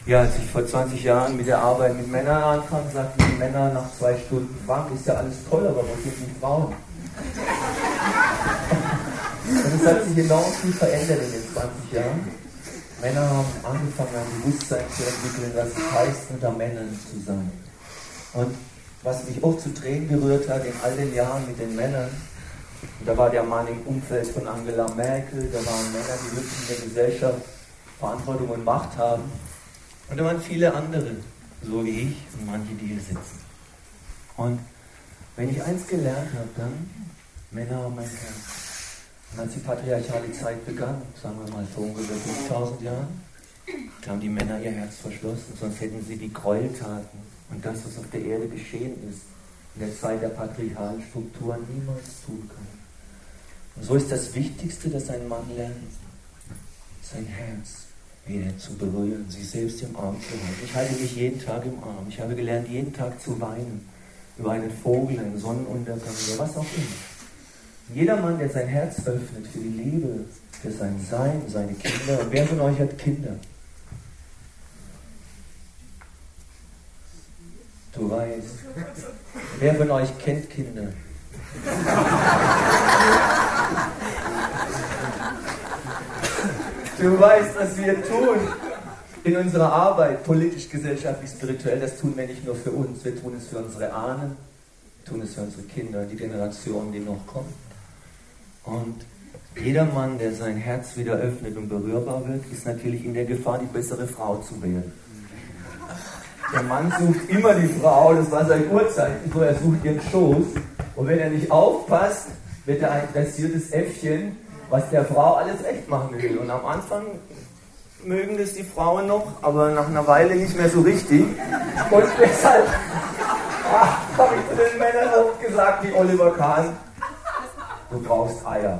Ja, als ich vor 20 Jahren mit der Arbeit mit Männern anfang, sagten die Männer nach 2 Stunden, Frank, ist ja alles toll, aber wo sind die Frauen? Und es hat sich enorm viel verändert in den 20 Jahren. Männer haben angefangen, ein Bewusstsein zu entwickeln, was es heißt, unter Männern zu sein. Und was mich oft zu Tränen gerührt hat in all den Jahren mit den Männern, und da war der Mann im Umfeld von Angela Merkel, da waren Männer, die wirklich in der Gesellschaft Verantwortung und Macht haben. Und da waren viele andere, so wie ich und manche, die hier sitzen. Und wenn ich eins gelernt habe, dann, Männer haben ein Herz. Und als die patriarchale Zeit begann, sagen wir mal vor ungefähr 5000 Jahren, da haben die Männer ihr Herz verschlossen, sonst hätten sie die Gräueltaten und das, was auf der Erde geschehen ist, in der Zeit der patriarchalen Strukturen niemals tun können. Und so ist das Wichtigste, dass ein Mann lernt, sein Herz wieder zu berühren, sich selbst im Arm zu halten. Ich halte mich jeden Tag im Arm. Ich habe gelernt, jeden Tag zu weinen. Über einen Vogel, einen Sonnenuntergang oder was auch immer. Jeder Mann, der sein Herz öffnet für die Liebe, für sein Sein, seine Kinder. Und wer von euch hat Kinder? Du weißt. Wer von euch kennt Kinder? Du weißt, was wir tun in unserer Arbeit, politisch, gesellschaftlich, spirituell. Das tun wir nicht nur für uns, wir tun es für unsere Ahnen, wir tun es für unsere Kinder, die Generation, die noch kommt. Und jeder Mann, der sein Herz wieder öffnet und berührbar wird, ist natürlich in der Gefahr, die bessere Frau zu werden. Der Mann sucht immer die Frau, das war seit Urzeiten so, er sucht ihren Schoß. Und wenn er nicht aufpasst, wird er ein dressiertes Äffchen, was der Frau alles recht machen will. Und am Anfang mögen das die Frauen noch, aber nach einer Weile nicht mehr so richtig. Und deshalb habe ich zu den Männern oft gesagt, wie Oliver Kahn, du brauchst Eier.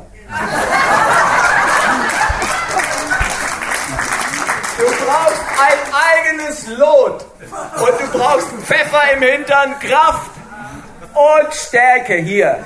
Du brauchst ein eigenes Lot und du brauchst Pfeffer im Hintern, Kraft und Stärke hier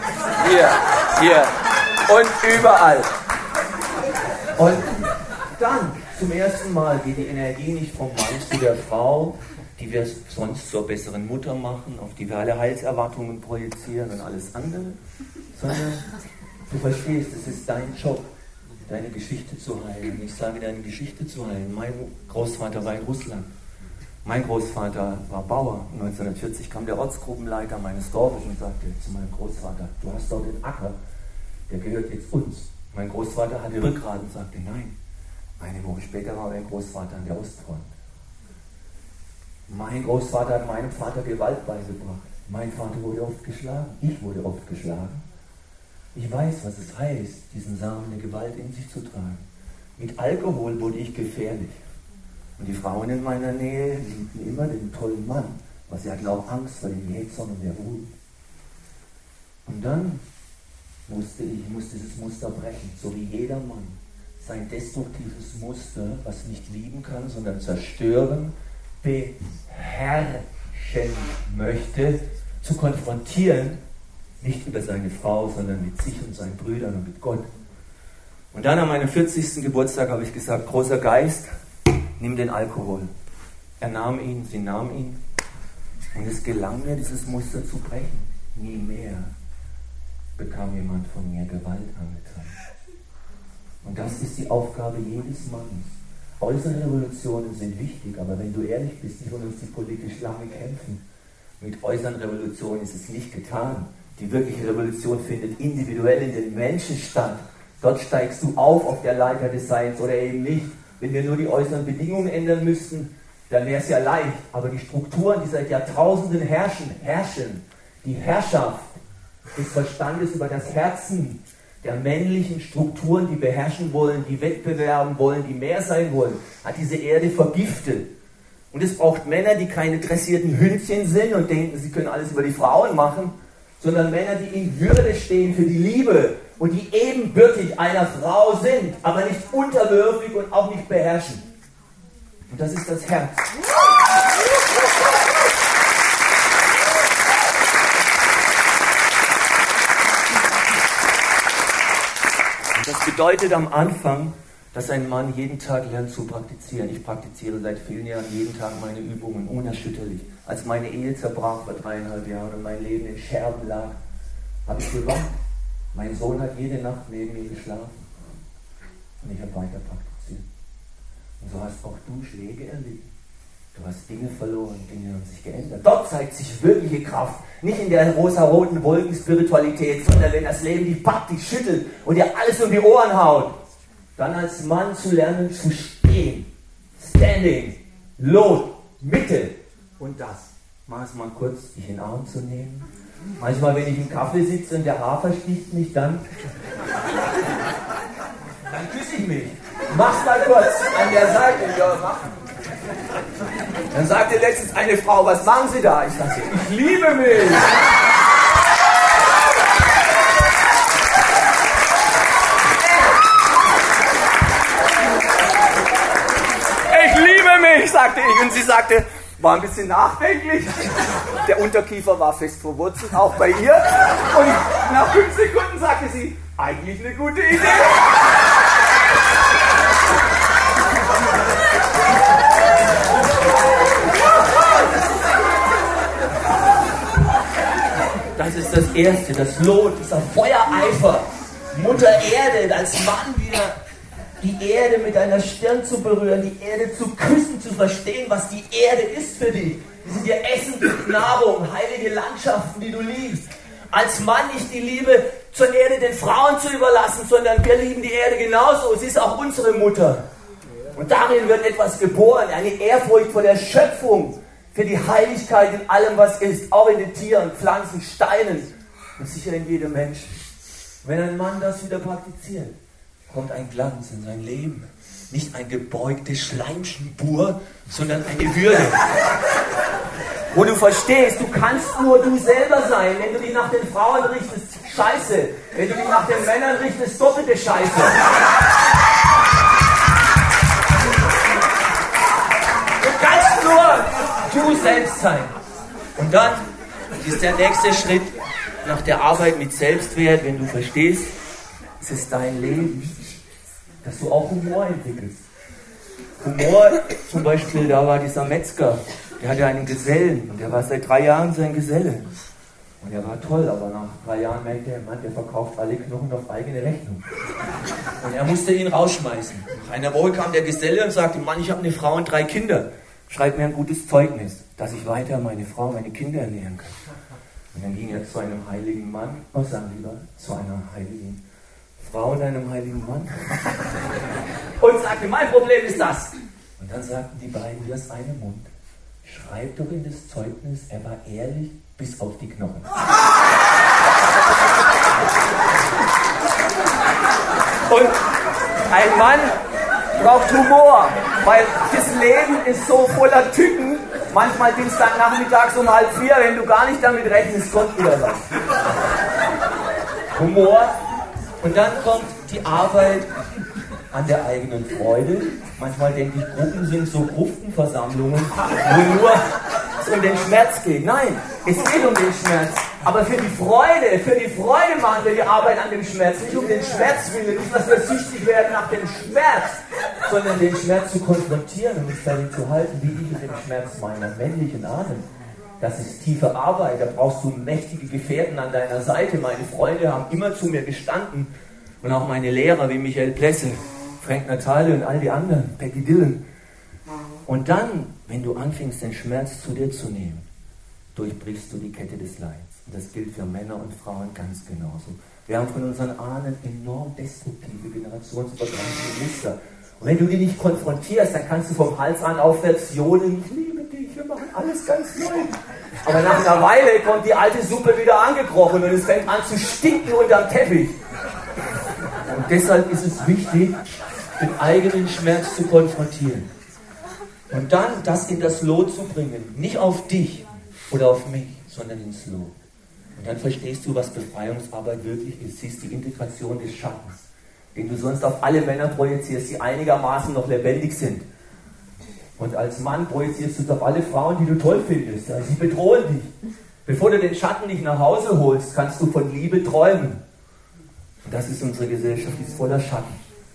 und überall. Und dann zum ersten Mal geht die Energie nicht vom Mann zu der Frau, die wir sonst zur besseren Mutter machen, auf die wir alle Heilserwartungen projizieren und alles andere, sondern du verstehst, es ist dein Job, deine Geschichte zu heilen. Ich sage, deine Geschichte zu heilen. Mein Großvater war in Russland. Mein Großvater war Bauer. 1940 kam der Ortsgruppenleiter meines Dorfes und sagte zu meinem Großvater, du hast dort den Acker, der gehört jetzt uns. Mein Großvater hatte Rückgrat und sagte, nein. Eine Woche später war mein Großvater an der Ostfront. Mein Großvater hat meinem Vater Gewalt beigebracht. Mein Vater wurde oft geschlagen. Ich wurde oft geschlagen. Ich weiß, was es heißt, diesen Samen der Gewalt in sich zu tragen. Mit Alkohol wurde ich gefährlich. Und die Frauen in meiner Nähe liebten immer den tollen Mann, aber sie hatten auch Angst vor den Jähzern und der Wut. Und dann musste ich dieses Muster brechen, so wie jeder Mann sein destruktives Muster, was nicht lieben kann, sondern zerstören, beherrschen möchte, zu konfrontieren, nicht über seine Frau, sondern mit sich und seinen Brüdern und mit Gott. Und dann an meinem 40. Geburtstag habe ich gesagt, großer Geist, nimm den Alkohol. Er nahm ihn, sie nahm ihn. Und es gelang mir, dieses Muster zu brechen. Nie mehr bekam jemand von mir Gewalt angetan. Und das ist die Aufgabe jedes Mannes. Äußere Revolutionen sind wichtig, aber wenn du ehrlich bist, die von uns, die politisch lange kämpfen, mit äußeren Revolutionen ist es nicht getan. Die wirkliche Revolution findet individuell in den Menschen statt. Dort steigst du auf der Leiter des Seins oder eben nicht. Wenn wir nur die äußeren Bedingungen ändern müssten, dann wäre es ja leicht. Aber die Strukturen, die seit Jahrtausenden herrschen, die Herrschaft des Verstandes über das Herzen der männlichen Strukturen, die beherrschen wollen, die wettbewerben wollen, die mehr sein wollen, hat diese Erde vergiftet. Und es braucht Männer, die keine dressierten Hündchen sind und denken, sie können alles über die Frauen machen, sondern Männer, die in Würde stehen für die Liebe und die ebenbürtig einer Frau sind, aber nicht unterwürfig und auch nicht beherrschen. Und das ist das Herz. Und das bedeutet am Anfang, dass ein Mann jeden Tag lernt zu praktizieren. Ich praktiziere seit vielen Jahren jeden Tag meine Übungen unerschütterlich. Als meine Ehe zerbrach vor 3,5 Jahren und mein Leben in Scherben lag, habe ich gewacht. Mein Sohn hat jede Nacht neben mir geschlafen. Und ich habe weiter praktiziert. Und so hast auch du Schläge erlitten. Du hast Dinge verloren, Dinge haben sich geändert. Dort zeigt sich wirkliche Kraft. Nicht in der rosa-roten Wolkenspiritualität, sondern wenn das Leben dich packt, dich schüttelt und dir alles um die Ohren haut. Dann als Mann zu lernen, zu stehen. Standing, Lot, Mitte. Und das. Mach es mal kurz, dich in den Arm zu nehmen. Manchmal, wenn ich im Kaffee sitze und der Hafer sticht mich, dann küsse ich mich. Mach's mal kurz an der Seite. Ja, mach. Dann sagte letztens eine Frau, was machen Sie da? Ich sagte, ich liebe mich. Ich liebe mich, sagte ich. Und sie sagte, war ein bisschen nachdenklich. Der Unterkiefer war fest verwurzelt, auch bei ihr. Und nach 5 Sekunden sagte sie, eigentlich eine gute Idee. Das ist das Erste, das Lot, dieser Feuereifer. Mutter Erde, als Mann wieder die Erde mit deiner Stirn zu berühren, die Erde zu küssen, zu verstehen, was die Erde ist für dich. Die sind dir Essen, Nahrung, heilige Landschaften, die du liebst. Als Mann nicht die Liebe zur Erde den Frauen zu überlassen, sondern wir lieben die Erde genauso. Sie ist auch unsere Mutter. Und darin wird etwas geboren, eine Ehrfurcht vor der Schöpfung, für die Heiligkeit in allem, was ist, auch in den Tieren, Pflanzen, Steinen und sicher in jedem Menschen. Wenn ein Mann das wieder praktiziert, kommt ein Glanz in sein Leben. Nicht ein gebeugte Schleimschnur, sondern eine Würde. Wo du verstehst, du kannst nur du selber sein. Wenn du dich nach den Frauen richtest, scheiße. Wenn du dich nach den Männern richtest, doppelte Scheiße. Du kannst nur du selbst sein. Und dann ist der nächste Schritt nach der Arbeit mit Selbstwert, wenn du verstehst, es ist dein Leben, dass du auch Humor entwickelst. Humor, zum Beispiel, da war dieser Metzger, der hatte einen Gesellen und der war seit 3 Jahren sein Geselle. Und er war toll, aber nach 3 Jahren merkte der Mann, der verkauft alle Knochen auf eigene Rechnung. Und er musste ihn rausschmeißen. Nach einer Woche kam der Geselle und sagte, Mann, ich habe eine Frau und 3 Kinder. Schreib mir ein gutes Zeugnis, dass ich weiter meine Frau, meine Kinder ernähren kann. Und dann ging er zu einem heiligen Mann, sagen lieber, zu einer heiligen Frau und einem heiligen Mann. Und sagte, mein Problem ist das. Und dann sagten die beiden wie aus einem Mund, schreib doch in das Zeugnis, er war ehrlich bis auf die Knochen. Und ein Mann braucht Humor, weil das Leben ist so voller Tücken. Manchmal Dienstagnachmittags um 3:30, wenn du gar nicht damit rechnest, kommt wieder was. Humor. Und dann kommt die Arbeit an der eigenen Freude. Manchmal denke ich, Gruppen sind so Gruppenversammlungen, wo nur es um den Schmerz geht. Nein, es geht um den Schmerz. Aber für die Freude machen wir die Arbeit an dem Schmerz. Nicht um den Schmerz willen, nicht, dass wir süchtig werden nach dem Schmerz, sondern den Schmerz zu konfrontieren und uns darin zu halten, wie ich mit dem Schmerz meiner männlichen Ahnen. Das ist tiefe Arbeit, da brauchst du mächtige Gefährten an deiner Seite. Meine Freunde haben immer zu mir gestanden und auch meine Lehrer wie Michael Plesse, Frank Natale und all die anderen, Peggy Dillon. Und dann, wenn du anfängst, den Schmerz zu dir zu nehmen, durchbrichst du die Kette des Leids. Und das gilt für Männer und Frauen ganz genauso. Wir haben von unseren Ahnen enorm destruktive, generationsübergreifende Muster. Und wenn du die nicht konfrontierst, dann kannst du vom Halsrand aufwärts jodeln, ich liebe dich, wir machen alles ganz neu. Aber nach einer Weile kommt die alte Suppe wieder angekrochen und es fängt an zu stinken unterm Teppich. Und deshalb ist es wichtig, den eigenen Schmerz zu konfrontieren. Und dann das in das Lot zu bringen. Nicht auf dich oder auf mich, sondern ins Lot. Und dann verstehst du, was Befreiungsarbeit wirklich ist. Siehst die Integration des Schattens, den du sonst auf alle Männer projizierst, die einigermaßen noch lebendig sind. Und als Mann projizierst du es auf alle Frauen, die du toll findest. Ja, sie bedrohen dich. Bevor du den Schatten nicht nach Hause holst, kannst du von Liebe träumen. Und das ist unsere Gesellschaft, die ist voller Schatten.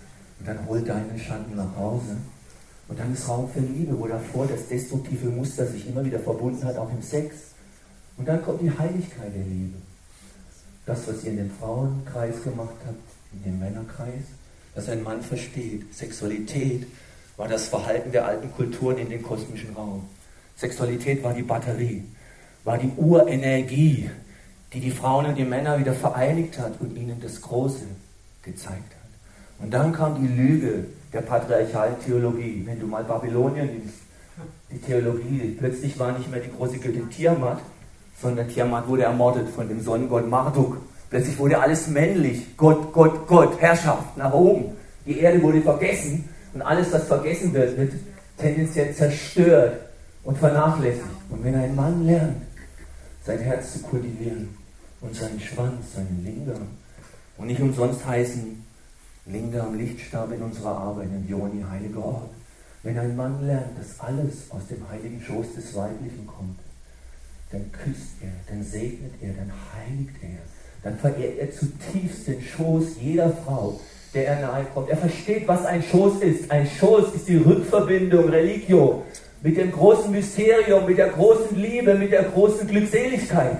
Und dann hol deinen Schatten nach Hause. Und dann ist Raum für Liebe, wo davor das destruktive Muster sich immer wieder verbunden hat, auch im Sex. Und dann kommt die Heiligkeit der Liebe. Das, was ihr in den Frauenkreis gemacht habt, in den Männerkreis, dass ein Mann versteht, Sexualität war das Verhalten der alten Kulturen in den kosmischen Raum. Sexualität war die Batterie, war die Urenergie, die die Frauen und die Männer wieder vereinigt hat und ihnen das Große gezeigt hat. Und dann kam die Lüge der patriarchalen Theologie. Wenn du mal Babylonien liest, die Theologie, plötzlich war nicht mehr die große Göttin Tiamat, sondern Tiamat wurde ermordet von dem Sonnengott Marduk. Plötzlich wurde alles männlich. Gott, Gott, Gott, Herrschaft nach oben. Die Erde wurde vergessen und alles, was vergessen wird, wird tendenziell zerstört und vernachlässigt. Und wenn ein Mann lernt, sein Herz zu kultivieren und seinen Schwanz, seinen Lingam, und nicht umsonst heißen Lingam, Lichtstab in unserer Arbeit, im Yoni, heiliger Ort. Wenn ein Mann lernt, dass alles aus dem heiligen Schoß des Weiblichen kommt, dann küsst er, dann segnet er, dann heiligt er, dann verehrt er zutiefst den Schoß jeder Frau, der er nahe kommt. Er versteht, was ein Schoß ist. Ein Schoß ist die Rückverbindung, Religio, mit dem großen Mysterium, mit der großen Liebe, mit der großen Glückseligkeit.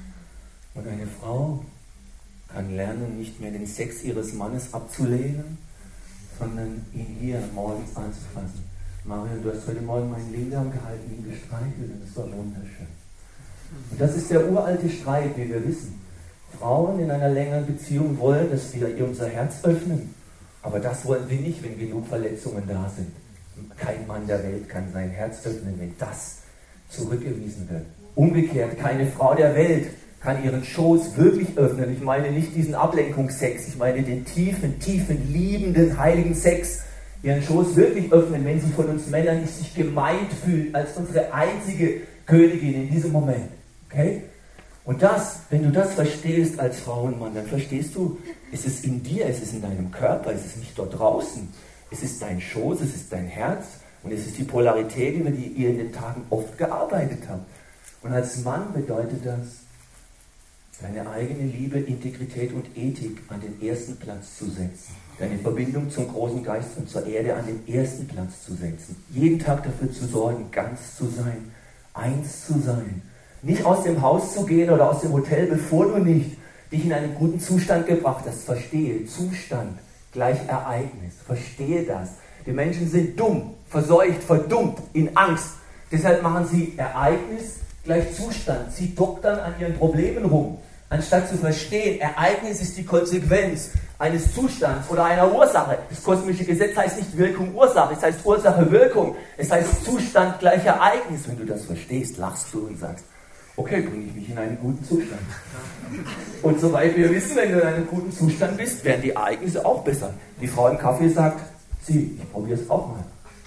Und eine Frau kann lernen, nicht mehr den Sex ihres Mannes abzulehnen, sondern ihn hier morgens anzufassen. Marion, du hast heute Morgen meinen Lingam gehalten, ihn gestreichelt und es war wunderschön. Und das ist der uralte Streit, wie wir wissen. Frauen in einer längeren Beziehung wollen, dass wir ihr unser Herz öffnen. Aber das wollen wir nicht, wenn genug Verletzungen da sind. Kein Mann der Welt kann sein Herz öffnen, wenn das zurückgewiesen wird. Umgekehrt, keine Frau der Welt kann ihren Schoß wirklich öffnen. Ich meine nicht diesen Ablenkungssex, ich meine den tiefen, tiefen, liebenden, heiligen Sex. Ihren Schoß wirklich öffnen, wenn sie von uns Männern nicht sich gemeint fühlt als unsere einzige Königin in diesem Moment. Okay? Und das, wenn du das verstehst als Frau und Mann, dann verstehst du, es ist in dir, es ist in deinem Körper, es ist nicht dort draußen. Es ist dein Schoß, es ist dein Herz und es ist die Polarität, über die ihr in den Tagen oft gearbeitet habt. Und als Mann bedeutet das, deine eigene Liebe, Integrität und Ethik an den ersten Platz zu setzen. Deine Verbindung zum großen Geist und zur Erde an den ersten Platz zu setzen. Jeden Tag dafür zu sorgen, ganz zu sein, eins zu sein. Nicht aus dem Haus zu gehen oder aus dem Hotel, bevor du nicht dich in einen guten Zustand gebracht hast. Verstehe, Zustand gleich Ereignis. Verstehe das. Die Menschen sind dumm, verseucht, verdummt, in Angst. Deshalb machen sie Ereignis gleich Zustand. Sie doktern an ihren Problemen rum. Anstatt zu verstehen, Ereignis ist die Konsequenz eines Zustands oder einer Ursache. Das kosmische Gesetz heißt nicht Wirkung, Ursache. Es heißt Ursache, Wirkung. Es heißt Zustand gleich Ereignis. Wenn du das verstehst, lachst du und sagst, okay, bringe ich mich in einen guten Zustand. Und soweit wir wissen, wenn du in einem guten Zustand bist, werden die Ereignisse auch besser. Die Frau im Kaffee sagt, ich probiere es auch mal.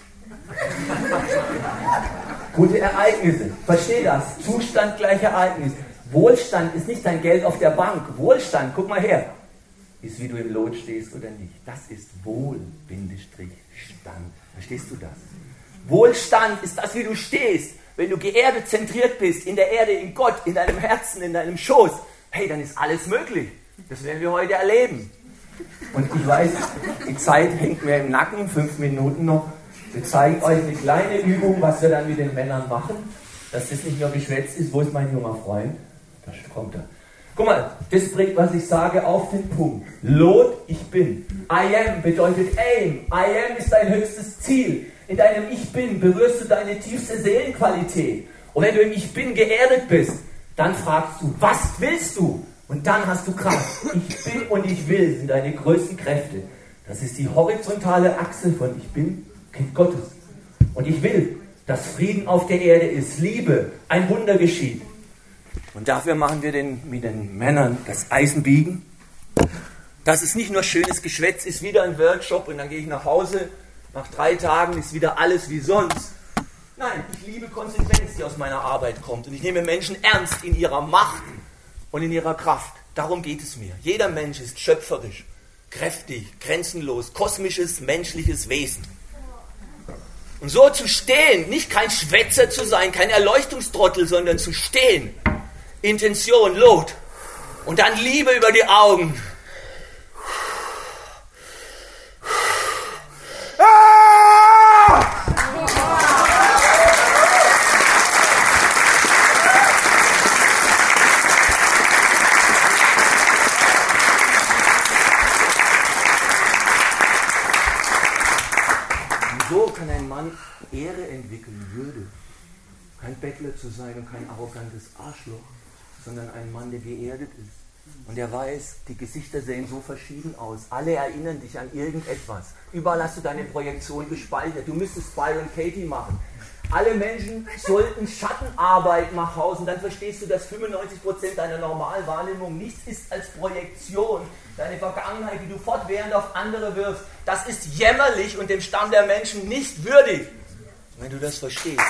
Gute Ereignisse, versteh das. Zustand gleich Ereignis. Wohlstand ist nicht dein Geld auf der Bank. Wohlstand, guck mal her, ist wie du im Lohn stehst oder nicht. Das ist Wohl-Stand. Verstehst du das? Wohlstand ist das, wie du stehst. Wenn du geerdet, zentriert bist, in der Erde, in Gott, in deinem Herzen, in deinem Schoß, hey, dann ist alles möglich. Das werden wir heute erleben. Und ich weiß, die Zeit hängt mir im Nacken, 5 Minuten noch. Wir zeigen euch eine kleine Übung, was wir dann mit den Männern machen, dass das nicht nur geschwätzt ist. Wo ist mein junger Freund? Da kommt er. Guck mal, das bringt, was ich sage, auf den Punkt. Lot, ich bin. I am bedeutet aim. I am ist dein höchstes Ziel. In deinem Ich Bin berührst du deine tiefste Seelenqualität. Und wenn du im Ich Bin geerdet bist, dann fragst du, was willst du? Und dann hast du Kraft. Ich bin und ich will sind deine größten Kräfte. Das ist die horizontale Achse von Ich Bin, Kind Gottes. Und ich will, dass Frieden auf der Erde ist, Liebe, ein Wunder geschieht. Und dafür machen wir mit den Männern das Eisenbiegen. Dass es nicht nur schönes Geschwätz ist, wieder ein Workshop und dann gehe ich nach Hause. Nach 3 Tagen ist wieder alles wie sonst. Nein, ich liebe Konsequenz, die aus meiner Arbeit kommt. Und ich nehme Menschen ernst in ihrer Macht und in ihrer Kraft. Darum geht es mir. Jeder Mensch ist schöpferisch, kräftig, grenzenlos, kosmisches, menschliches Wesen. Und so zu stehen, nicht kein Schwätzer zu sein, kein Erleuchtungstrottel, sondern zu stehen. Intention, Lot. Und dann Liebe über die Augen. erfüllen würde. Kein Bettler zu sein und kein arrogantes Arschloch, sondern ein Mann, der geerdet ist. Und der weiß, die Gesichter sehen so verschieden aus. Alle erinnern dich an irgendetwas. Überall hast du deine Projektion gespeichert. Du müsstest Byron Katie machen. Alle Menschen sollten Schattenarbeit nach Hause. Dann verstehst du, dass 95% deiner Normalwahrnehmung nichts ist als Projektion. Deine Vergangenheit, die du fortwährend auf andere wirfst, das ist jämmerlich und dem Stamm der Menschen nicht würdig. Wenn du das verstehst.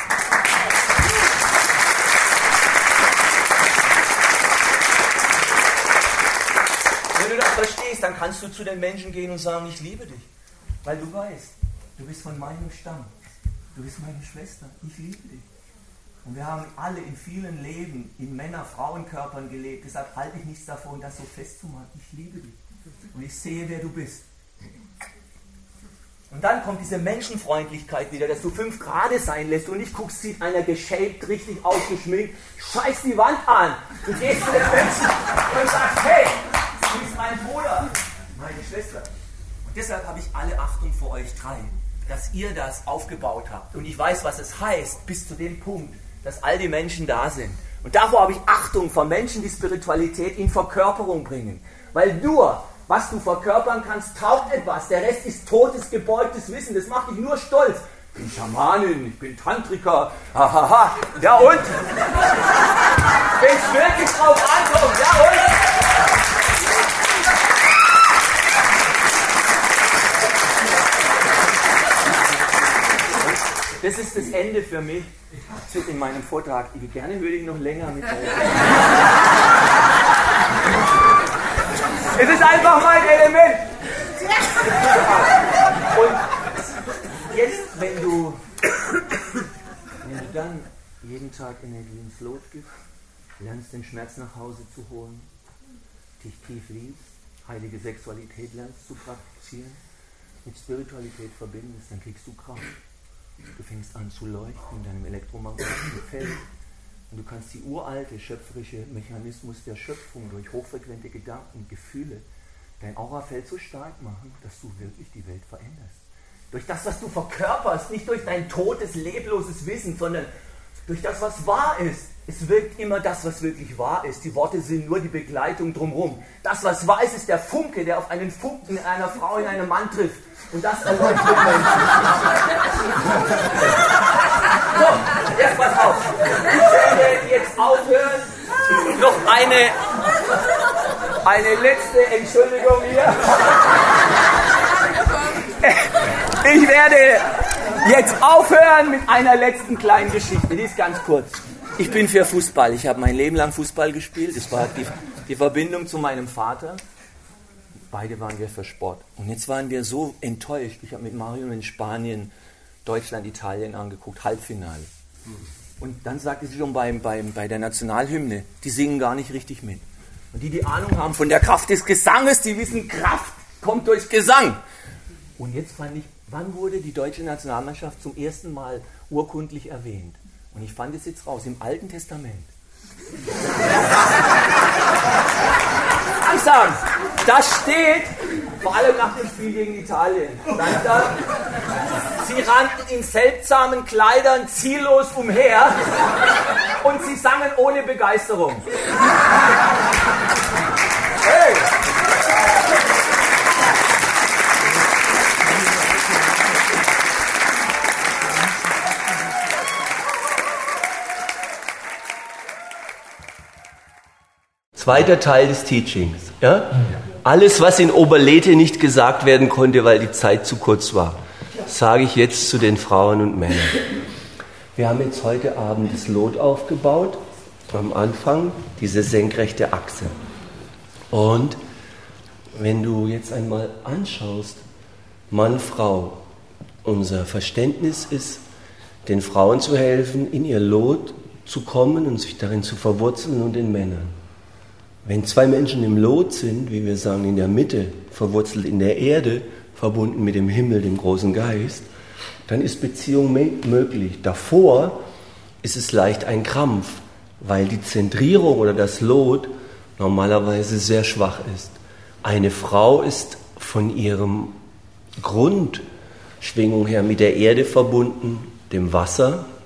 Wenn du das verstehst, dann kannst du zu den Menschen gehen und sagen, ich liebe dich. Weil du weißt, du bist von meinem Stamm. Du bist meine Schwester. Ich liebe dich. Und wir haben alle in vielen Leben in Männer-Frauenkörpern gelebt. Deshalb halte ich nichts davon, das so festzumachen. Ich liebe dich. Und ich sehe, wer du bist. Und dann kommt diese Menschenfreundlichkeit wieder, dass du 5 Grad sein lässt und nicht guckst, sieht einer geshaped, richtig ausgeschminkt, scheiß die Wand an. Du gehst zu den Menschen und sagst, hey, du bist mein Bruder, meine Schwester. Und deshalb habe ich alle Achtung vor euch 3, dass ihr das aufgebaut habt. Und ich weiß, was es heißt, bis zu dem Punkt, dass all die Menschen da sind. Und davor habe ich Achtung vor Menschen, die Spiritualität in Verkörperung bringen. Weil nur, was du verkörpern kannst, taugt etwas. Der Rest ist totes, gebeugtes Wissen. Das macht dich nur stolz. Ich bin Schamanin, ich bin Tantriker. Hahaha. Ja und? Wenn es wirklich drauf ankommt. Ja und? Das ist das Ende für mich. Das wird in meinem Vortrag. Gerne würde ich noch länger mit euch. Es ist einfach mein Element. Und jetzt, wenn du dann jeden Tag Energie ins Lot gibst, lernst den Schmerz nach Hause zu holen, dich tief liebst, heilige Sexualität lernst zu praktizieren, mit Spiritualität verbindest, dann kriegst du Kraft. Du fängst an zu leuchten in deinem elektromagnetischen Feld. Und du kannst die uralte schöpferische Mechanismus der Schöpfung durch hochfrequente Gedanken, Gefühle, dein Aurafeld so stark machen, dass du wirklich die Welt veränderst. Durch das, was du verkörperst, nicht durch dein totes, lebloses Wissen, sondern durch das, was wahr ist. Es wirkt immer das, was wirklich wahr ist. Die Worte sind nur die Begleitung drumherum. Das, was wahr ist, ist der Funke, der auf einen Funken in einer Frau, in einem Mann trifft. Und das erleuchtet Menschen. So, jetzt pass auf. Ich werde jetzt aufhören. Noch eine letzte Entschuldigung hier. Ich werde jetzt aufhören mit einer letzten kleinen Geschichte. Die ist ganz kurz. Ich bin für Fußball. Ich habe mein Leben lang Fußball gespielt. Das war die Verbindung zu meinem Vater. Beide waren wir für Sport. Und jetzt waren wir so enttäuscht. Ich habe mit Mario in Spanien, Deutschland, Italien angeguckt, Halbfinale. Und dann sagte sie schon bei der Nationalhymne, die singen gar nicht richtig mit. Und die Ahnung haben von der Kraft des Gesanges, die wissen, Kraft kommt durch Gesang. Und jetzt fand ich, wann wurde die deutsche Nationalmannschaft zum ersten Mal urkundlich erwähnt? Und ich fand es jetzt raus, im Alten Testament. Langsam! Das steht, vor allem nach dem Spiel gegen Italien, stand da, sie rannten in seltsamen Kleidern ziellos umher und sie sangen ohne Begeisterung. Hey! Zweiter Teil des Teachings. Ja? Alles, was in Oberlethe nicht gesagt werden konnte, weil die Zeit zu kurz war, sage ich jetzt zu den Frauen und Männern. Wir haben jetzt heute Abend das Lot aufgebaut, am Anfang diese senkrechte Achse. Und wenn du jetzt einmal anschaust, Mann, Frau, unser Verständnis ist, den Frauen zu helfen, in ihr Lot zu kommen und sich darin zu verwurzeln und den Männern. Wenn 2 Menschen im Lot sind, wie wir sagen, in der Mitte, verwurzelt in der Erde, verbunden mit dem Himmel, dem großen Geist, dann ist Beziehung möglich. Davor ist es leicht ein Krampf, weil die Zentrierung oder das Lot normalerweise sehr schwach ist. Eine Frau ist von ihrem Grundschwingung her mit der Erde verbunden, dem Wasser,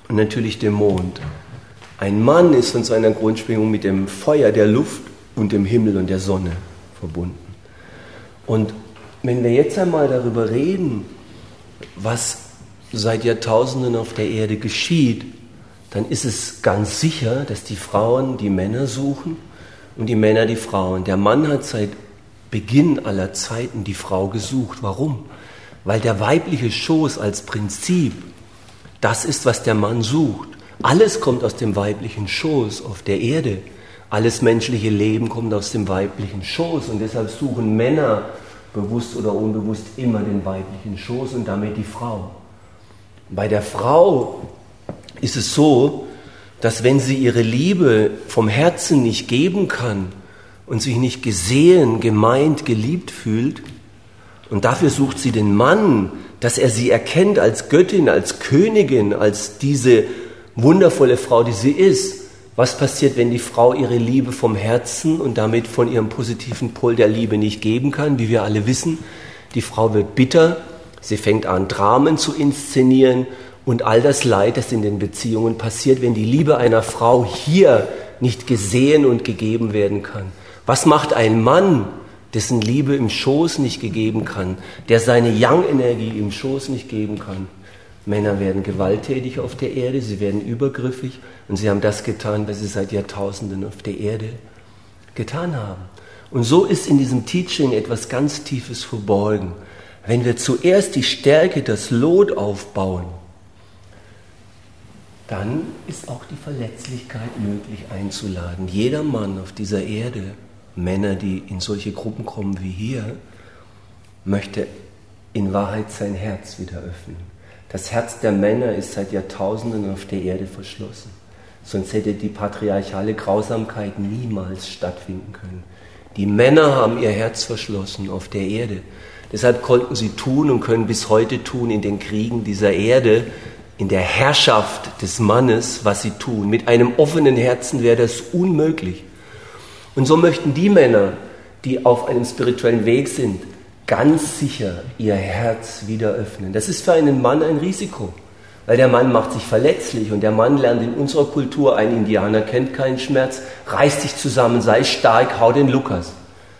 und natürlich dem Mond. Ein Mann ist von seiner Grundschwingung mit dem Feuer der Luft und dem Himmel und der Sonne verbunden. Und wenn wir jetzt einmal darüber reden, was seit Jahrtausenden auf der Erde geschieht, dann ist es ganz sicher, dass die Frauen die Männer suchen und die Männer die Frauen. Der Mann hat seit Beginn aller Zeiten die Frau gesucht. Warum? Weil der weibliche Schoß als Prinzip das ist, was der Mann sucht. Alles kommt aus dem weiblichen Schoß auf der Erde. Alles menschliche Leben kommt aus dem weiblichen Schoß und deshalb suchen Männer bewusst oder unbewusst immer den weiblichen Schoß und damit die Frau. Bei der Frau ist es so, dass wenn sie ihre Liebe vom Herzen nicht geben kann und sich nicht gesehen, gemeint, geliebt fühlt, und dafür sucht sie den Mann, dass er sie erkennt als Göttin, als Königin, als diese wundervolle Frau, die sie ist. Was passiert, wenn die Frau ihre Liebe vom Herzen und damit von ihrem positiven Pol der Liebe nicht geben kann? Wie wir alle wissen, die Frau wird bitter, sie fängt an, Dramen zu inszenieren und all das Leid, das in den Beziehungen passiert, wenn die Liebe einer Frau hier nicht gesehen und gegeben werden kann. Was macht ein Mann, dessen Liebe im Schoß nicht gegeben kann, der seine Yang-Energie im Schoß nicht geben kann? Männer werden gewalttätig auf der Erde, sie werden übergriffig und sie haben das getan, was sie seit Jahrtausenden auf der Erde getan haben. Und so ist in diesem Teaching etwas ganz Tiefes verborgen. Wenn wir zuerst die Stärke, das Lot aufbauen, dann ist auch die Verletzlichkeit möglich einzuladen. Jeder Mann auf dieser Erde, Männer, die in solche Gruppen kommen wie hier, möchte in Wahrheit sein Herz wieder öffnen. Das Herz der Männer ist seit Jahrtausenden auf der Erde verschlossen. Sonst hätte die patriarchale Grausamkeit niemals stattfinden können. Die Männer haben ihr Herz verschlossen auf der Erde. Deshalb konnten sie tun und können bis heute tun in den Kriegen dieser Erde, in der Herrschaft des Mannes, was sie tun. Mit einem offenen Herzen wäre das unmöglich. Und so möchten die Männer, die auf einem spirituellen Weg sind, ganz sicher ihr Herz wieder öffnen. Das ist für einen Mann ein Risiko, weil der Mann macht sich verletzlich und der Mann lernt in unserer Kultur, ein Indianer kennt keinen Schmerz, reißt sich zusammen, sei stark, hau den Lukas.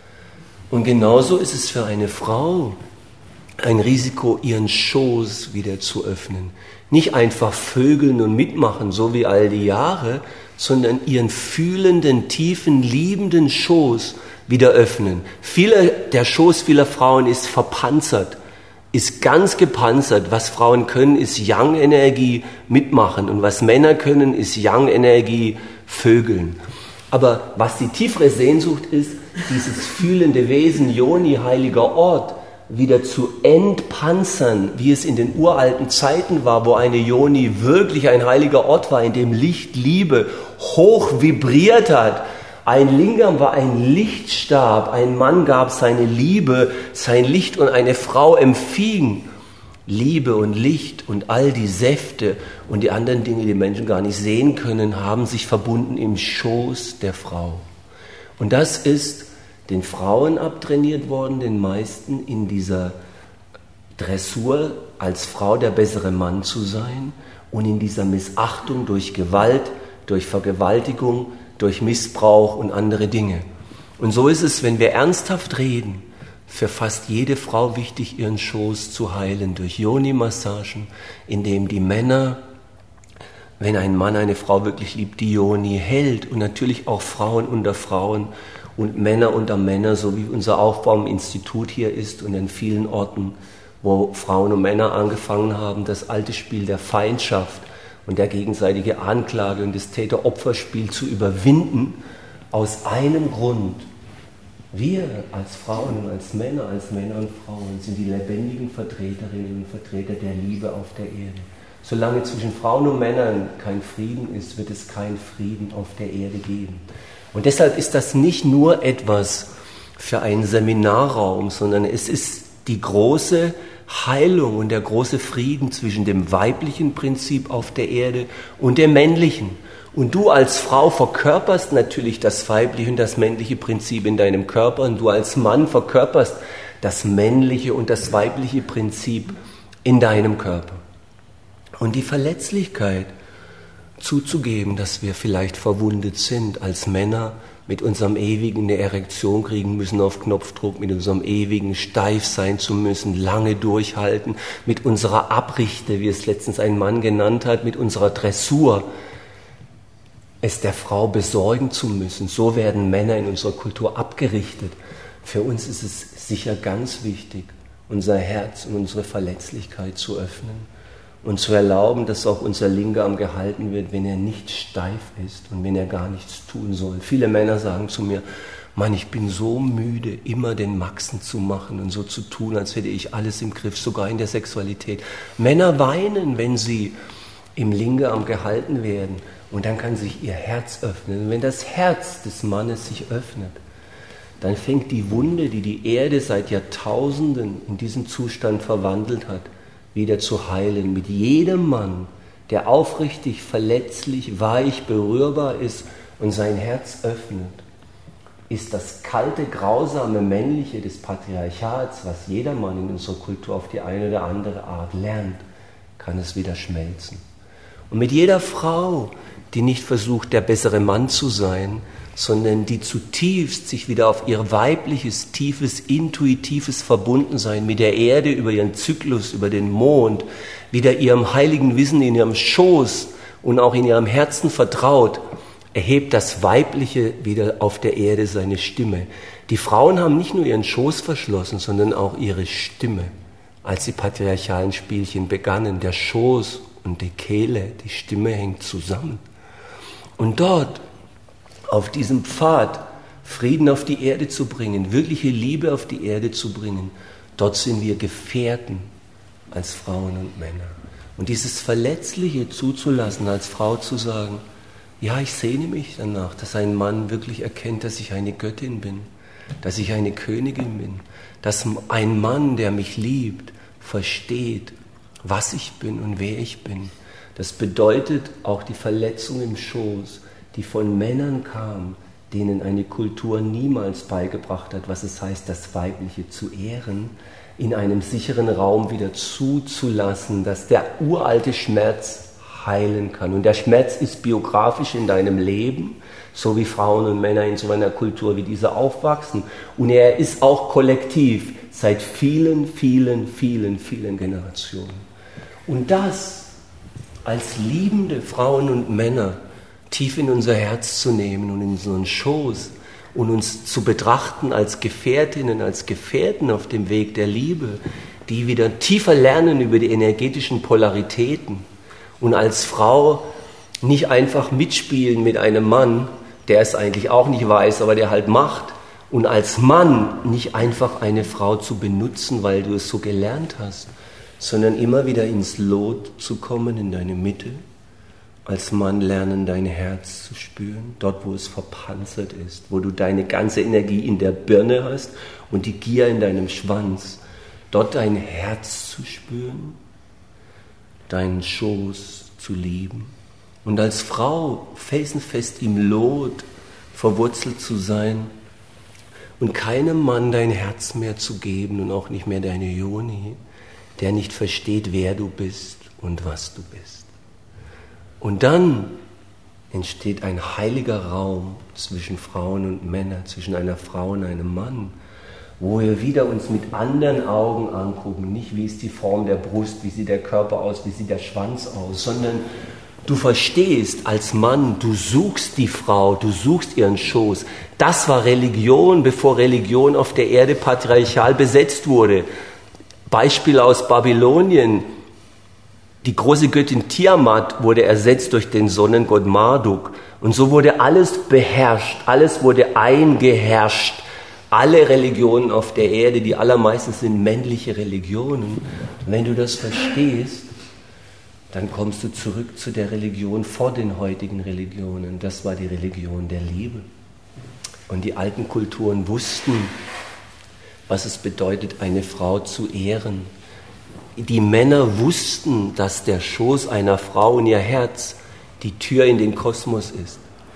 Und genauso ist es für eine Frau ein Risiko, ihren Schoß wieder zu öffnen. Nicht einfach vögeln und mitmachen, so wie all die Jahre, sondern ihren fühlenden, tiefen, liebenden Schoß wieder öffnen. Der Schoß vieler Frauen ist verpanzert, ist ganz gepanzert. Was Frauen können, ist Yang-Energie mitmachen und was Männer können, ist Yang-Energie vögeln. Aber was die tiefere Sehnsucht ist, dieses fühlende Wesen, Yoni, heiliger Ort, wieder zu entpanzern, wie es in den uralten Zeiten war, wo eine Yoni wirklich ein heiliger Ort war, in dem Licht, Liebe hoch vibriert hat. Ein Lingam war ein Lichtstab, ein Mann gab seine Liebe, sein Licht und eine Frau empfing Liebe und Licht und all die Säfte und die anderen Dinge, die Menschen gar nicht sehen können, haben sich verbunden im Schoß der Frau. Und das ist den Frauen abtrainiert worden, den meisten in dieser Dressur als Frau der bessere Mann zu sein und in dieser Missachtung durch Gewalt, durch Vergewaltigung, durch Missbrauch und andere Dinge. Und so ist es, wenn wir ernsthaft reden, für fast jede Frau wichtig, ihren Schoß zu heilen durch Yoni-Massagen, indem die Männer, wenn ein Mann eine Frau wirklich liebt, die Yoni hält und natürlich auch Frauen unter Frauen und Männer unter Männer, so wie unser Aufbau im Institut hier ist und in vielen Orten, wo Frauen und Männer angefangen haben, das alte Spiel der Feindschaft und der gegenseitige Anklage und das Täter-Opfer-Spiel zu überwinden, aus einem Grund. Wir als Frauen und als Männer und Frauen sind die lebendigen Vertreterinnen und Vertreter der Liebe auf der Erde. Solange zwischen Frauen und Männern kein Frieden ist, wird es keinen Frieden auf der Erde geben. Und deshalb ist das nicht nur etwas für einen Seminarraum, sondern es ist die große Heilung und der große Frieden zwischen dem weiblichen Prinzip auf der Erde und dem männlichen. Und du als Frau verkörperst natürlich das weibliche und das männliche Prinzip in deinem Körper und du als Mann verkörperst das männliche und das weibliche Prinzip in deinem Körper. Und die Verletzlichkeit zuzugeben, dass wir vielleicht verwundet sind als Männer, mit unserem ewigen eine Erektion kriegen müssen auf Knopfdruck, mit unserem ewigen steif sein zu müssen, lange durchhalten, mit unserer Abrichte, wie es letztens ein Mann genannt hat, mit unserer Dressur, es der Frau besorgen zu müssen. So werden Männer in unserer Kultur abgerichtet. Für uns ist es sicher ganz wichtig, unser Herz und unsere Verletzlichkeit zu öffnen und zu erlauben, dass auch unser Lingam gehalten wird, wenn er nicht steif ist und wenn er gar nichts tun soll. Viele Männer sagen zu mir, Mann, ich bin so müde, immer den Maxen zu machen und so zu tun, als hätte ich alles im Griff, sogar in der Sexualität. Männer weinen, wenn sie im Lingam gehalten werden, und dann kann sich ihr Herz öffnen. Und wenn das Herz des Mannes sich öffnet, dann fängt die Wunde, die die Erde seit Jahrtausenden in diesen Zustand verwandelt hat, wieder zu heilen. Mit jedem Mann, der aufrichtig, verletzlich, weich, berührbar ist und sein Herz öffnet, ist das kalte, grausame, männliche des Patriarchats, was jeder Mann in unserer Kultur auf die eine oder andere Art lernt, kann es wieder schmelzen. Und mit jeder Frau, die nicht versucht, der bessere Mann zu sein, sondern die zutiefst sich wieder auf ihr weibliches, tiefes, intuitives Verbundensein mit der Erde, über ihren Zyklus, über den Mond, wieder ihrem heiligen Wissen in ihrem Schoß und auch in ihrem Herzen vertraut, erhebt das Weibliche wieder auf der Erde seine Stimme. Die Frauen haben nicht nur ihren Schoß verschlossen, sondern auch ihre Stimme, als die patriarchalen Spielchen begannen. Der Schoß und die Kehle, die Stimme hängt zusammen. Und dort, auf diesem Pfad, Frieden auf die Erde zu bringen, wirkliche Liebe auf die Erde zu bringen, dort sind wir Gefährten als Frauen und Männer. Und dieses Verletzliche zuzulassen, als Frau zu sagen, ja, ich sehne mich danach, dass ein Mann wirklich erkennt, dass ich eine Göttin bin, dass ich eine Königin bin, dass ein Mann, der mich liebt, versteht, was ich bin und wer ich bin. Das bedeutet auch die Verletzung im Schoß, die von Männern kam, denen eine Kultur niemals beigebracht hat, was es heißt, das Weibliche zu ehren, in einem sicheren Raum wieder zuzulassen, dass der uralte Schmerz heilen kann. Und der Schmerz ist biografisch in deinem Leben, so wie Frauen und Männer in so einer Kultur wie dieser aufwachsen. Und er ist auch kollektiv seit vielen, vielen, vielen, vielen Generationen. Und das als liebende Frauen und Männer tief in unser Herz zu nehmen und in unseren Schoß und uns zu betrachten als Gefährtinnen, als Gefährten auf dem Weg der Liebe, die wieder tiefer lernen über die energetischen Polaritäten und als Frau nicht einfach mitspielen mit einem Mann, der es eigentlich auch nicht weiß, aber der halt macht, und als Mann nicht einfach eine Frau zu benutzen, weil du es so gelernt hast, sondern immer wieder ins Lot zu kommen, in deine Mitte. Als Mann lernen, dein Herz zu spüren, dort, wo es verpanzert ist, wo du deine ganze Energie in der Birne hast und die Gier in deinem Schwanz. Dort dein Herz zu spüren, deinen Schoß zu lieben. Und als Frau felsenfest im Lot verwurzelt zu sein und keinem Mann dein Herz mehr zu geben und auch nicht mehr deine Yoni, der nicht versteht, wer du bist und was du bist. Und dann entsteht ein heiliger Raum zwischen Frauen und Männern, zwischen einer Frau und einem Mann, wo wir wieder uns mit anderen Augen angucken, nicht wie ist die Form der Brust, wie sieht der Körper aus, wie sieht der Schwanz aus, sondern du verstehst als Mann, du suchst die Frau, du suchst ihren Schoß. Das war Religion, bevor Religion auf der Erde patriarchal besetzt wurde. Beispiel aus Babylonien. Die große Göttin Tiamat wurde ersetzt durch den Sonnengott Marduk. Und so wurde alles beherrscht, alles wurde eingeherrscht. Alle Religionen auf der Erde, die allermeisten sind männliche Religionen. Und wenn du das verstehst, dann kommst du zurück zu der Religion vor den heutigen Religionen. Das war die Religion der Liebe. Und die alten Kulturen wussten, was es bedeutet, eine Frau zu ehren. Die Männer wussten, dass der Schoß einer Frau und ihr Herz die Tür in den Kosmos ist.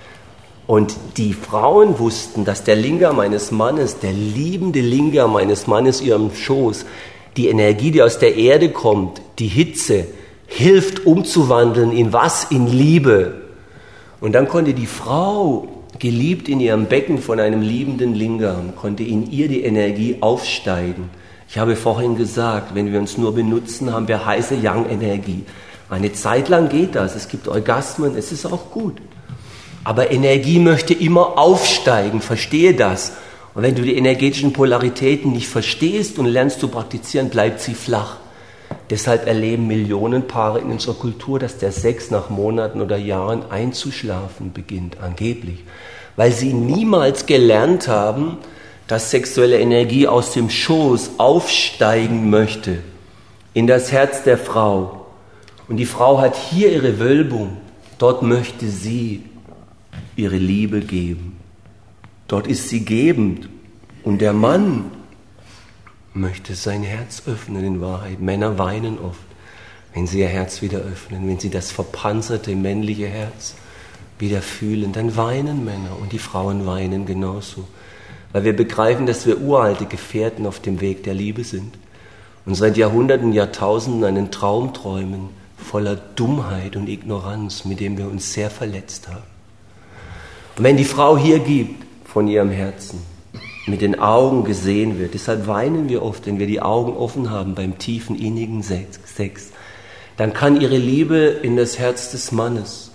Und die Frauen wussten, dass der Lingam eines Mannes, der liebende Lingam eines Mannes, ihrem Schoß, die Energie, die aus der Erde kommt, die Hitze, hilft umzuwandeln in was? In Liebe. Und dann konnte die Frau, geliebt in ihrem Becken von einem liebenden Lingam, konnte in ihr die Energie aufsteigen. Ich habe vorhin gesagt, wenn wir uns nur benutzen, haben wir heiße Yang-Energie. Eine Zeit lang geht das, es gibt Orgasmen, es ist auch gut. Aber Energie möchte immer aufsteigen, verstehe das. Und wenn du die energetischen Polaritäten nicht verstehst und lernst zu praktizieren, bleibt sie flach. Deshalb erleben Millionen Paare in unserer Kultur, dass der Sex nach Monaten oder Jahren einzuschlafen beginnt, angeblich. Weil sie niemals gelernt haben, dass sexuelle Energie aus dem Schoß aufsteigen möchte in das Herz der Frau. Und die Frau hat hier ihre Wölbung. Dort möchte sie ihre Liebe geben. Dort ist sie gebend. Und der Mann möchte sein Herz öffnen in Wahrheit. Männer weinen oft, wenn sie ihr Herz wieder öffnen, wenn sie das verpanzerte männliche Herz wieder fühlen. Dann weinen Männer und die Frauen weinen genauso. Weil wir begreifen, dass wir uralte Gefährten auf dem Weg der Liebe sind und seit Jahrhunderten, Jahrtausenden einen Traum träumen, voller Dummheit und Ignoranz, mit dem wir uns sehr verletzt haben. Und wenn die Frau hier gibt, von ihrem Herzen, mit den Augen gesehen wird, deshalb weinen wir oft, wenn wir die Augen offen haben beim tiefen, innigen Sex, dann kann ihre Liebe in das Herz des Mannes.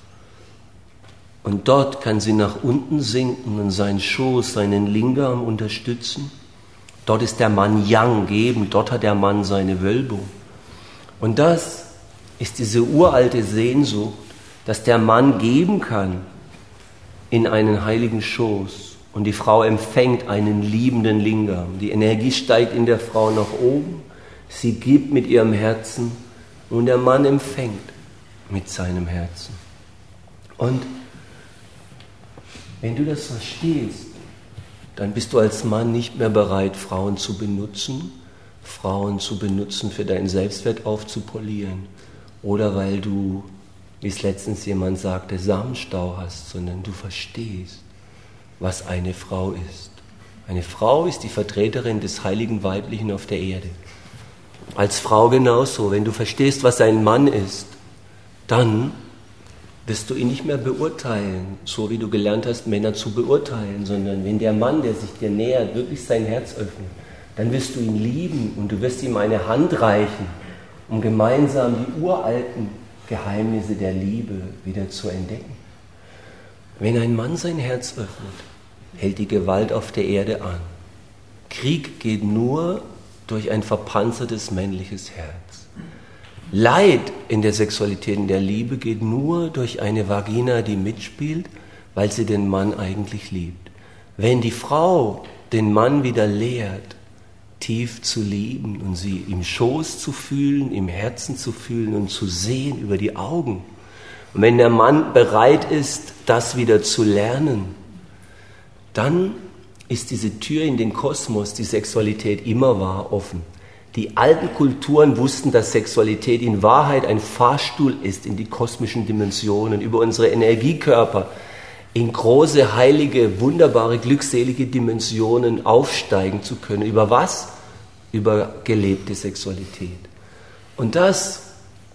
Und dort kann sie nach unten sinken und seinen Schoß, seinen Lingam unterstützen. Dort ist der Mann Yang, geben, dort hat der Mann seine Wölbung. Und das ist diese uralte Sehnsucht, dass der Mann geben kann in einen heiligen Schoß und die Frau empfängt einen liebenden Lingam. Die Energie steigt in der Frau nach oben, sie gibt mit ihrem Herzen und der Mann empfängt mit seinem Herzen. Und wenn du das verstehst, dann bist du als Mann nicht mehr bereit, Frauen zu benutzen für deinen Selbstwert aufzupolieren oder weil du, wie es letztens jemand sagte, Samenstau hast, sondern du verstehst, was eine Frau ist. Eine Frau ist die Vertreterin des heiligen Weiblichen auf der Erde. Als Frau genauso. Wenn du verstehst, was ein Mann ist, dann wirst du ihn nicht mehr beurteilen, so wie du gelernt hast, Männer zu beurteilen, sondern wenn der Mann, der sich dir nähert, wirklich sein Herz öffnet, dann wirst du ihn lieben und du wirst ihm eine Hand reichen, um gemeinsam die uralten Geheimnisse der Liebe wieder zu entdecken. Wenn ein Mann sein Herz öffnet, hält die Gewalt auf der Erde an. Krieg geht nur durch ein verpanzertes männliches Herz. Leid in der Sexualität, in der Liebe geht nur durch eine Vagina, die mitspielt, weil sie den Mann eigentlich liebt. Wenn die Frau den Mann wieder lehrt, tief zu lieben und sie im Schoß zu fühlen, im Herzen zu fühlen und zu sehen über die Augen, und wenn der Mann bereit ist, das wieder zu lernen, dann ist diese Tür in den Kosmos, die Sexualität immer war, offen. Die alten Kulturen wussten, dass Sexualität in Wahrheit ein Fahrstuhl ist in die kosmischen Dimensionen, über unsere Energiekörper in große, heilige, wunderbare, glückselige Dimensionen aufsteigen zu können. Über was? Über gelebte Sexualität. Und das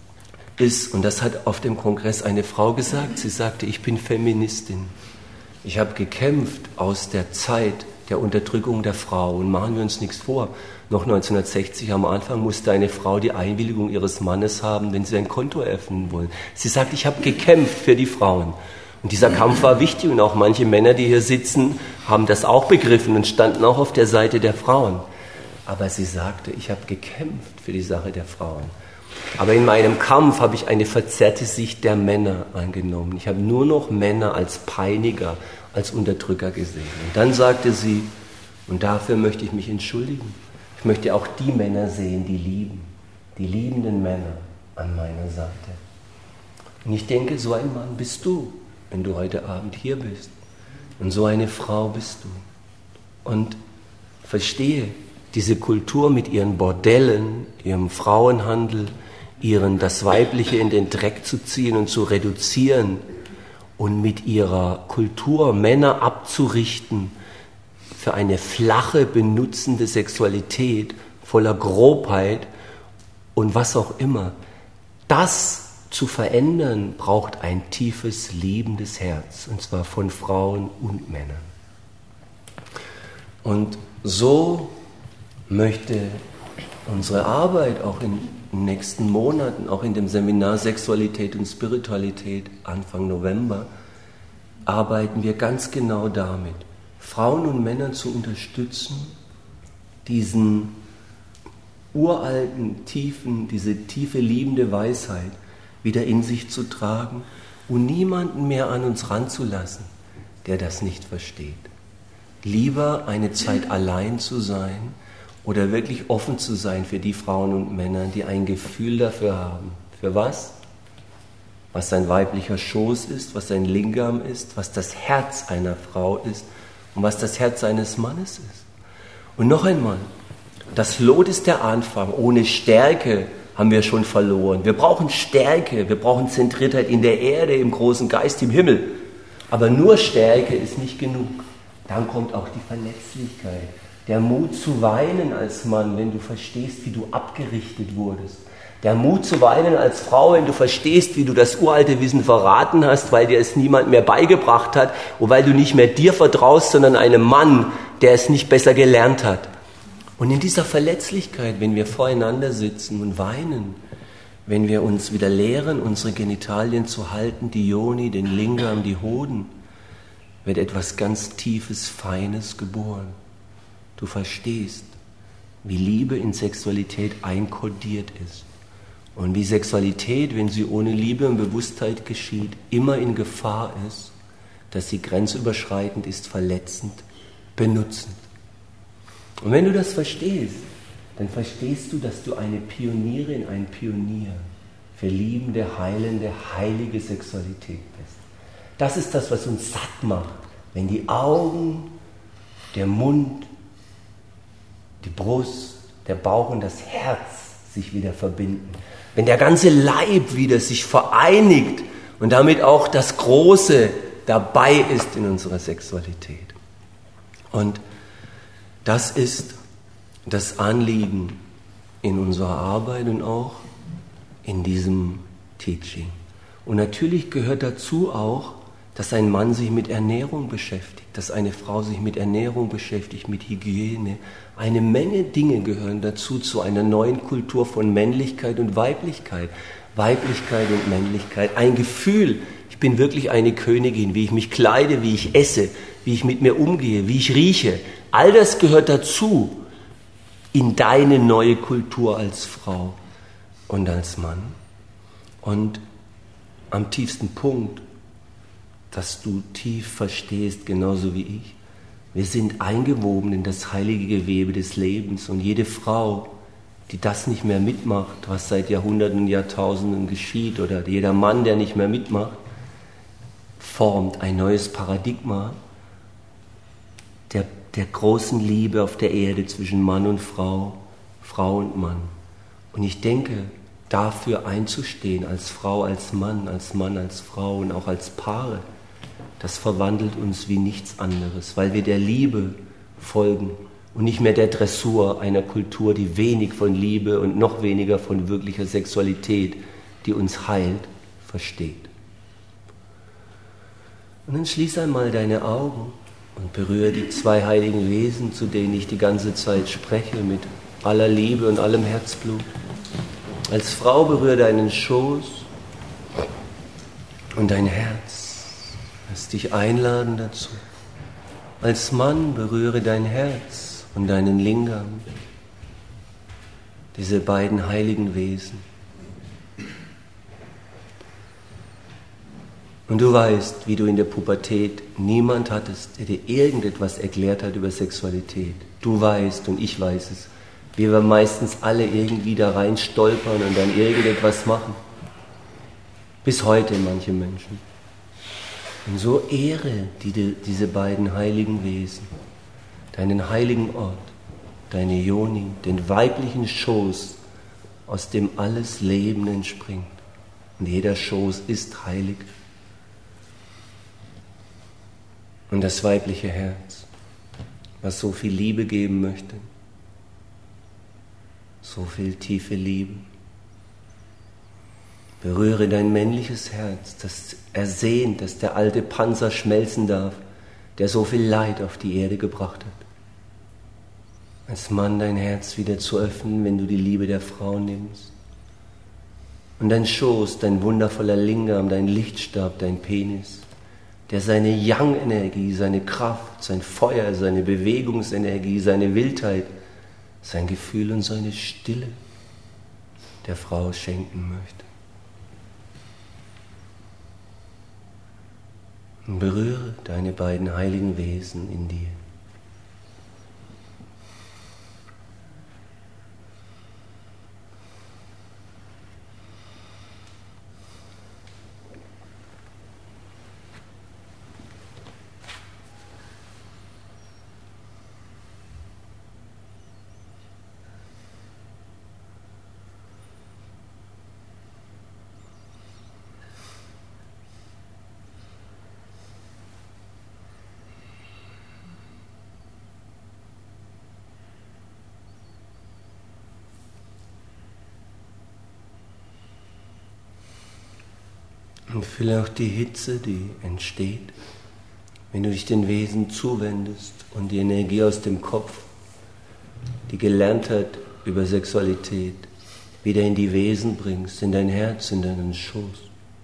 ist, und das hat auf dem Kongress eine Frau gesagt, sie sagte, ich bin Feministin. Ich habe gekämpft aus der Zeit der Unterdrückung der Frau. Und machen wir uns nichts vor. Noch 1960 am Anfang musste eine Frau die Einwilligung ihres Mannes haben, wenn sie ein Konto eröffnen wollen. Sie sagt, ich habe gekämpft für die Frauen. Und dieser Kampf war wichtig und auch manche Männer, die hier sitzen, haben das auch begriffen und standen auch auf der Seite der Frauen. Aber sie sagte, ich habe gekämpft für die Sache der Frauen. Aber in meinem Kampf habe ich eine verzerrte Sicht der Männer angenommen. Ich habe nur noch Männer als Peiniger, als Unterdrücker gesehen. Und dann sagte sie, und dafür möchte ich mich entschuldigen. Ich möchte auch die Männer sehen, die lieben, die liebenden Männer an meiner Seite. Und ich denke, so ein Mann bist du, wenn du heute Abend hier bist. Und so eine Frau bist du. Und verstehe diese Kultur mit ihren Bordellen, ihrem Frauenhandel, das Weibliche in den Dreck zu ziehen und zu reduzieren und mit ihrer Kultur Männer abzurichten für eine flache, benutzende Sexualität voller Grobheit und was auch immer. Das zu verändern braucht ein tiefes, liebendes Herz, und zwar von Frauen und Männern. Und so möchte unsere Arbeit auch in den nächsten Monaten, auch in dem Seminar Sexualität und Spiritualität Anfang November, arbeiten wir ganz genau damit, Frauen und Männer zu unterstützen, diesen uralten, diese tiefe, liebende Weisheit wieder in sich zu tragen und niemanden mehr an uns ranzulassen, der das nicht versteht. Lieber eine Zeit allein zu sein oder wirklich offen zu sein für die Frauen und Männer, die ein Gefühl dafür haben. Für was? Was ein weiblicher Schoß ist, was ein Lingam ist, was das Herz einer Frau ist und was das Herz eines Mannes ist. Und noch einmal, das Lot ist der Anfang. Ohne Stärke haben wir schon verloren. Wir brauchen Stärke, wir brauchen Zentriertheit in der Erde, im großen Geist, im Himmel. Aber nur Stärke ist nicht genug. Dann kommt auch die Verletzlichkeit, der Mut zu weinen als Mann, wenn du verstehst, wie du abgerichtet wurdest. Der Mut zu weinen als Frau, wenn du verstehst, wie du das uralte Wissen verraten hast, weil dir es niemand mehr beigebracht hat und weil du nicht mehr dir vertraust, sondern einem Mann, der es nicht besser gelernt hat. Und in dieser Verletzlichkeit, wenn wir voreinander sitzen und weinen, wenn wir uns wieder lehren, unsere Genitalien zu halten, die Yoni, den Lingam, die Hoden, wird etwas ganz Tiefes, Feines geboren. Du verstehst, wie Liebe in Sexualität einkodiert ist und wie Sexualität, wenn sie ohne Liebe und Bewusstheit geschieht, immer in Gefahr ist, dass sie grenzüberschreitend ist, verletzend, benutzend. Und wenn du das verstehst, dann verstehst du, dass du eine Pionierin, ein Pionier für liebende, heilende, heilige Sexualität bist. Das ist das, was uns satt macht, wenn die Augen, der Mund, die Brust, der Bauch und das Herz sich wieder verbinden. Wenn der ganze Leib wieder sich vereinigt und damit auch das Große dabei ist in unserer Sexualität. Und das ist das Anliegen in unserer Arbeit und auch in diesem Teaching. Und natürlich gehört dazu auch, dass ein Mann sich mit Ernährung beschäftigt, dass eine Frau sich mit Ernährung beschäftigt, mit Hygiene. Eine Menge Dinge gehören dazu, zu einer neuen Kultur von Männlichkeit und Weiblichkeit. Weiblichkeit und Männlichkeit. Ein Gefühl, ich bin wirklich eine Königin, wie ich mich kleide, wie ich esse, wie ich mit mir umgehe, wie ich rieche. All das gehört dazu in deine neue Kultur als Frau und als Mann. Und am tiefsten Punkt, dass du tief verstehst, genauso wie ich, wir sind eingewoben in das heilige Gewebe des Lebens und jede Frau, die das nicht mehr mitmacht, was seit Jahrhunderten und Jahrtausenden geschieht, oder jeder Mann, der nicht mehr mitmacht, formt ein neues Paradigma der großen Liebe auf der Erde zwischen Mann und Frau, Frau und Mann. Und ich denke, dafür einzustehen, als Frau, als Mann, als Mann, als Frau und auch als Paare, das verwandelt uns wie nichts anderes, weil wir der Liebe folgen und nicht mehr der Dressur einer Kultur, die wenig von Liebe und noch weniger von wirklicher Sexualität, die uns heilt, versteht. Und dann schließ einmal deine Augen und berühre die zwei heiligen Wesen, zu denen ich die ganze Zeit spreche, mit aller Liebe und allem Herzblut. Als Frau berühre deinen Schoß und dein Herz. Lass dich einladen dazu. Als Mann berühre dein Herz und deinen Lingam, diese beiden heiligen Wesen. Und du weißt, wie du in der Pubertät niemand hattest, der dir irgendetwas erklärt hat über Sexualität. Du weißt und ich weiß es, wie wir meistens alle irgendwie da rein stolpern und dann irgendetwas machen. Bis heute manche Menschen. Und so ehre diese beiden heiligen Wesen, deinen heiligen Ort, deine Yoni, den weiblichen Schoß, aus dem alles Leben entspringt. Und jeder Schoß ist heilig. Und das weibliche Herz, was so viel Liebe geben möchte, so viel tiefe Liebe. Berühre dein männliches Herz, das ersehnt, dass der alte Panzer schmelzen darf, der so viel Leid auf die Erde gebracht hat. Als Mann dein Herz wieder zu öffnen, wenn du die Liebe der Frau nimmst. Und dein Schoß, dein wundervoller Lingam, dein Lichtstab, dein Penis, der seine Yang-Energie, seine Kraft, sein Feuer, seine Bewegungsenergie, seine Wildheit, sein Gefühl und seine Stille der Frau schenken möchte. Und berühre deine beiden heiligen Wesen in dir. Und fühle auch die Hitze, die entsteht, wenn du dich den Wesen zuwendest und die Energie aus dem Kopf, die gelernt hat über Sexualität, wieder in die Wesen bringst, in dein Herz, in deinen Schoß.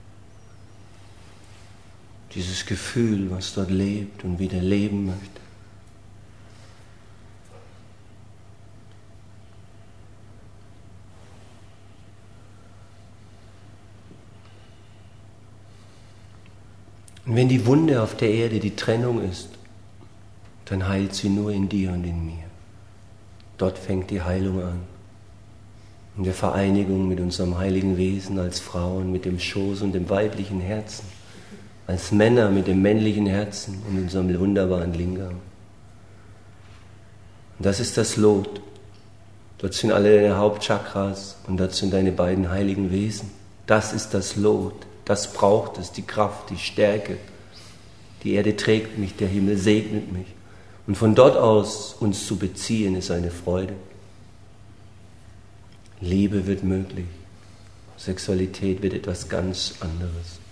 Dieses Gefühl, was dort lebt und wieder leben möchte. Und wenn die Wunde auf der Erde die Trennung ist, dann heilt sie nur in dir und in mir. Dort fängt die Heilung an. In der Vereinigung mit unserem heiligen Wesen als Frauen, mit dem Schoß und dem weiblichen Herzen, als Männer mit dem männlichen Herzen und unserem wunderbaren Lingam. Und das ist das Lot. Dort sind alle deine Hauptchakras und dort sind deine beiden heiligen Wesen. Das ist das Lot. Das braucht es, die Kraft, die Stärke. Die Erde trägt mich, der Himmel segnet mich. Und von dort aus uns zu beziehen, ist eine Freude. Liebe wird möglich. Sexualität wird etwas ganz anderes.